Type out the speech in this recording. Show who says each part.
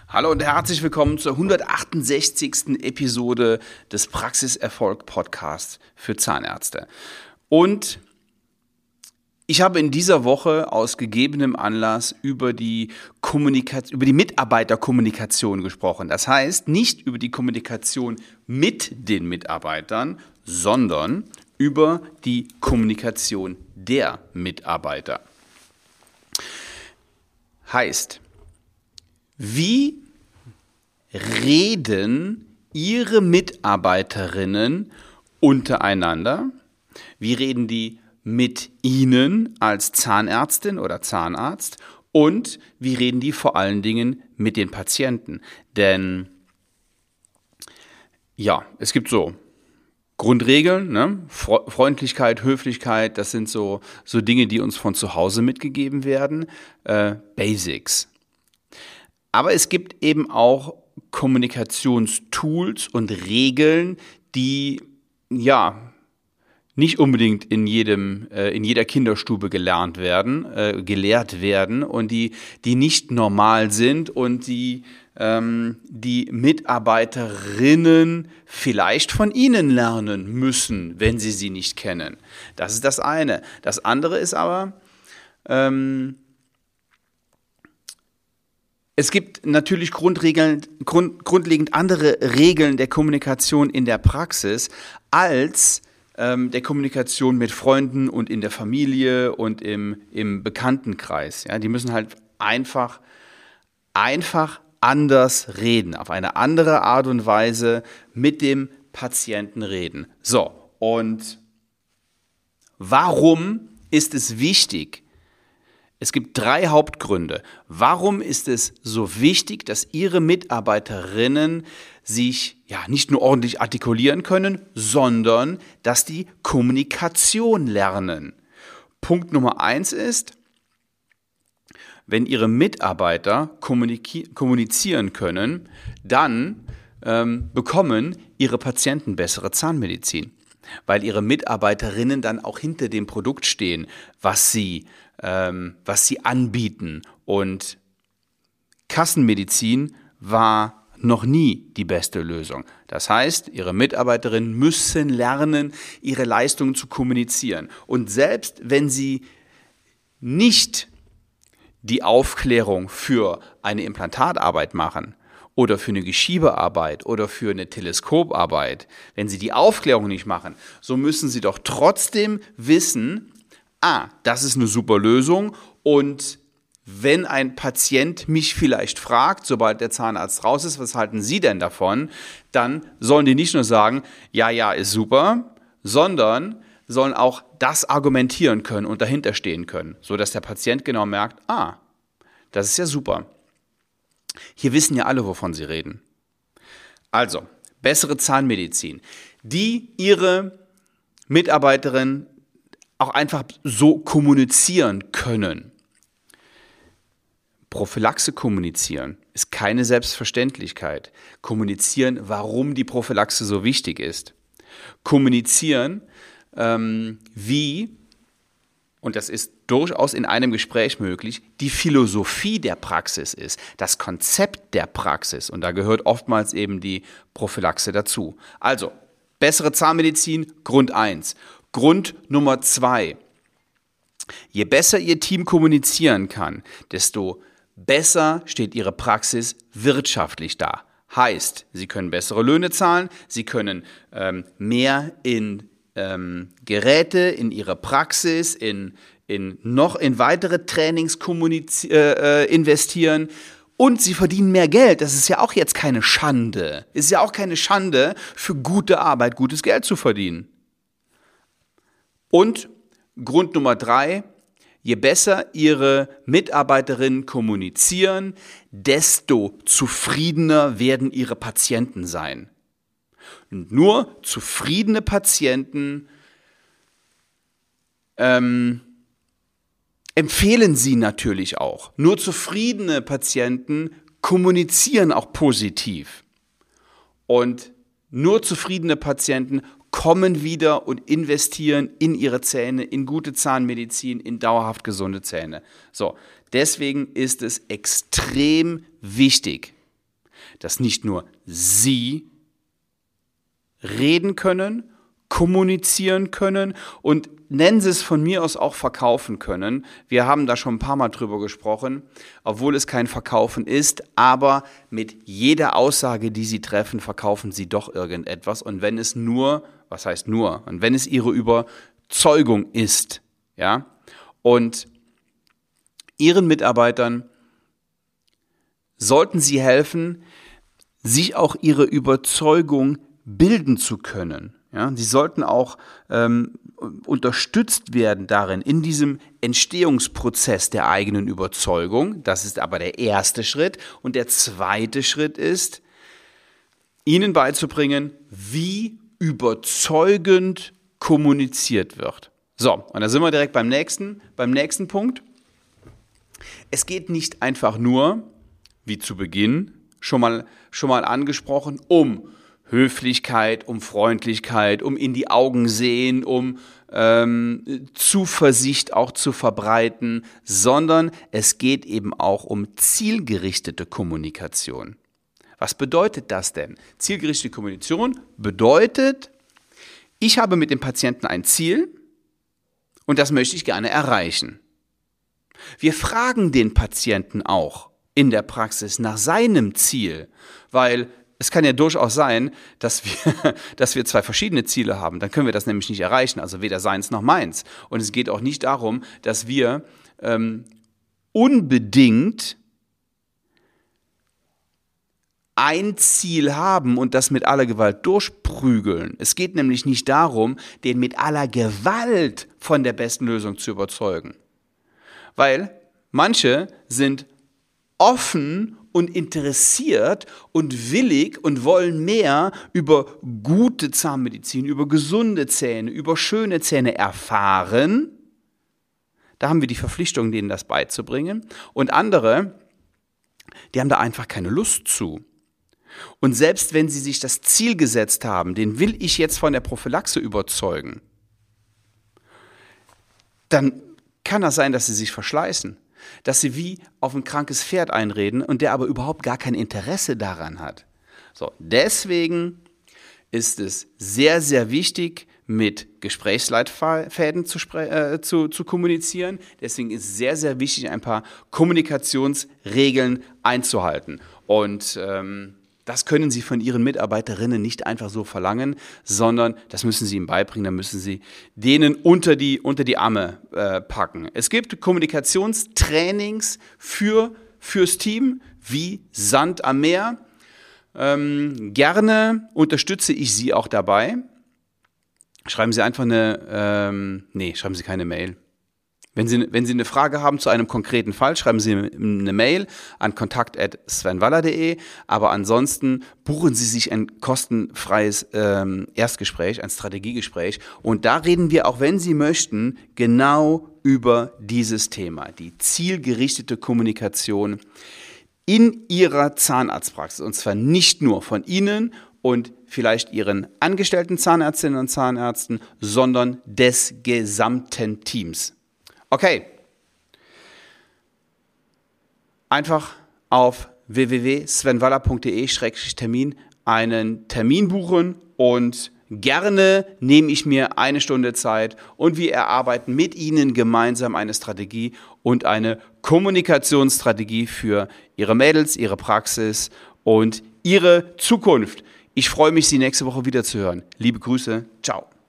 Speaker 1: Hallo und herzlich willkommen zur 168. Episode des Praxiserfolg-Podcasts für Zahnärzte. Und ich habe in dieser Woche aus gegebenem Anlass über die Mitarbeiterkommunikation gesprochen. Das heißt, nicht über die Kommunikation mit den Mitarbeitern, sondern über die Kommunikation der Mitarbeiter. Heißt, wie reden Ihre Mitarbeiterinnen untereinander? Wie reden die mit Ihnen als Zahnärztin oder Zahnarzt? Und wie reden die vor allen Dingen mit den Patienten? Denn ja, es gibt so Grundregeln, ne? Freundlichkeit, Höflichkeit, das sind so Dinge, die uns von zu Hause mitgegeben werden. Basics. Aber es gibt eben auch Kommunikationstools und Regeln, die nicht unbedingt in jeder Kinderstube gelehrt werden und die nicht normal sind und die Mitarbeiterinnen vielleicht von Ihnen lernen müssen, wenn Sie sie nicht kennen. Das ist das eine. Das andere ist aber, es gibt natürlich grundlegend andere Regeln der Kommunikation in der Praxis als der Kommunikation mit Freunden und in der Familie und im Bekanntenkreis. Ja, die müssen halt einfach anders reden, auf eine andere Art und Weise mit dem Patienten reden. So, und warum ist es wichtig? Es gibt 3 Hauptgründe. Warum ist es so wichtig, dass Ihre Mitarbeiterinnen sich nicht nur ordentlich artikulieren können, sondern dass die Kommunikation lernen? Punkt Nummer 1 ist, wenn Ihre Mitarbeiter kommunizieren können, dann bekommen Ihre Patienten bessere Zahnmedizin, weil Ihre Mitarbeiterinnen dann auch hinter dem Produkt stehen, was sie anbieten. Und Kassenmedizin war noch nie die beste Lösung. Das heißt, Ihre Mitarbeiterinnen müssen lernen, ihre Leistungen zu kommunizieren. Und selbst wenn Sie nicht die Aufklärung für eine Implantatarbeit machen oder für eine Geschiebearbeit oder für eine Teleskoparbeit, wenn Sie die Aufklärung nicht machen, so müssen Sie doch trotzdem wissen, das ist eine super Lösung, und wenn ein Patient mich vielleicht fragt, sobald der Zahnarzt raus ist, was halten Sie denn davon, dann sollen die nicht nur sagen, ja, ist super, sondern sollen auch das argumentieren können und dahinter stehen können, sodass der Patient genau merkt, das ist ja super. Hier wissen ja alle, wovon sie reden. Also, bessere Zahnmedizin, die Ihre Mitarbeiterin auch einfach so kommunizieren können. Prophylaxe kommunizieren ist keine Selbstverständlichkeit. Kommunizieren, warum die Prophylaxe so wichtig ist. Kommunizieren, wie, und das ist durchaus in einem Gespräch möglich, die Philosophie der Praxis ist, das Konzept der Praxis. Und da gehört oftmals eben die Prophylaxe dazu. Also, bessere Zahnmedizin, Grund 1. Grund Nummer 2. Je besser Ihr Team kommunizieren kann, desto besser steht Ihre Praxis wirtschaftlich da. Heißt, Sie können bessere Löhne zahlen, Sie können mehr in Geräte, in Ihre Praxis, in weitere Trainings investieren. Und Sie verdienen mehr Geld. Das ist ja auch jetzt keine Schande. Es ist ja auch keine Schande, für gute Arbeit gutes Geld zu verdienen. Und Grund Nummer 3, je besser Ihre Mitarbeiterinnen kommunizieren, desto zufriedener werden Ihre Patienten sein. Und nur zufriedene Patienten empfehlen Sie natürlich auch. Nur zufriedene Patienten kommunizieren auch positiv. Und nur zufriedene Patienten kommen wieder und investieren in ihre Zähne, in gute Zahnmedizin, in dauerhaft gesunde Zähne. So, deswegen ist es extrem wichtig, dass nicht nur Sie reden können, kommunizieren können und nennen Sie es von mir aus auch verkaufen können. Wir haben da schon ein paar Mal drüber gesprochen, obwohl es kein Verkaufen ist, aber mit jeder Aussage, die Sie treffen, verkaufen Sie doch irgendetwas. Und wenn es nur, was heißt nur, und wenn es Ihre Überzeugung ist, ja, und Ihren Mitarbeitern sollten Sie helfen, sich auch ihre Überzeugung bilden zu können. Ja, sie sollten auch unterstützt werden darin, in diesem Entstehungsprozess der eigenen Überzeugung. Das ist aber der erste Schritt. Und der zweite Schritt ist, ihnen beizubringen, wie überzeugend kommuniziert wird. So, und da sind wir direkt beim nächsten Punkt. Es geht nicht einfach nur, wie zu Beginn schon mal angesprochen, um Höflichkeit, um Freundlichkeit, um in die Augen sehen, um Zuversicht auch zu verbreiten, sondern es geht eben auch um zielgerichtete Kommunikation. Was bedeutet das denn? Zielgerichtete Kommunikation bedeutet, ich habe mit dem Patienten ein Ziel und das möchte ich gerne erreichen. Wir fragen den Patienten auch in der Praxis nach seinem Ziel, weil es kann ja durchaus sein, dass wir zwei verschiedene Ziele haben. Dann können wir das nämlich nicht erreichen, also weder seins noch meins. Und es geht auch nicht darum, dass wir unbedingt ein Ziel haben und das mit aller Gewalt durchprügeln. Es geht nämlich nicht darum, den mit aller Gewalt von der besten Lösung zu überzeugen. Weil manche sind offen und interessiert und willig und wollen mehr über gute Zahnmedizin, über gesunde Zähne, über schöne Zähne erfahren. Da haben wir die Verpflichtung, denen das beizubringen. Und andere, die haben da einfach keine Lust zu. Und selbst wenn sie sich das Ziel gesetzt haben, den will ich jetzt von der Prophylaxe überzeugen, dann kann das sein, dass sie sich verschleißen. Dass sie wie auf ein krankes Pferd einreden und der aber überhaupt gar kein Interesse daran hat. So, deswegen ist es sehr, sehr wichtig, mit Gesprächsleitfäden zu kommunizieren. Deswegen ist es sehr, sehr wichtig, ein paar Kommunikationsregeln einzuhalten. Und das können Sie von Ihren Mitarbeiterinnen nicht einfach so verlangen, sondern das müssen Sie ihnen beibringen, da müssen Sie denen unter die Arme packen. Es gibt Kommunikationstrainings fürs Team, wie Sand am Meer. Gerne unterstütze ich Sie auch dabei. Schreiben Sie einfach schreiben Sie keine Mail. Wenn Sie eine Frage haben zu einem konkreten Fall, schreiben Sie eine Mail an kontakt@svenwaller.de, aber ansonsten buchen Sie sich ein kostenfreies Erstgespräch, ein Strategiegespräch und da reden wir, auch wenn Sie möchten, genau über dieses Thema, die zielgerichtete Kommunikation in Ihrer Zahnarztpraxis und zwar nicht nur von Ihnen und vielleicht Ihren angestellten Zahnärztinnen und Zahnärzten, sondern des gesamten Teams. Okay, einfach auf www.svenwaller.de/Termin einen Termin buchen und gerne nehme ich mir eine Stunde Zeit und wir erarbeiten mit Ihnen gemeinsam eine Strategie und eine Kommunikationsstrategie für Ihre Mädels, Ihre Praxis und Ihre Zukunft. Ich freue mich, Sie nächste Woche wieder zu hören. Liebe Grüße, ciao.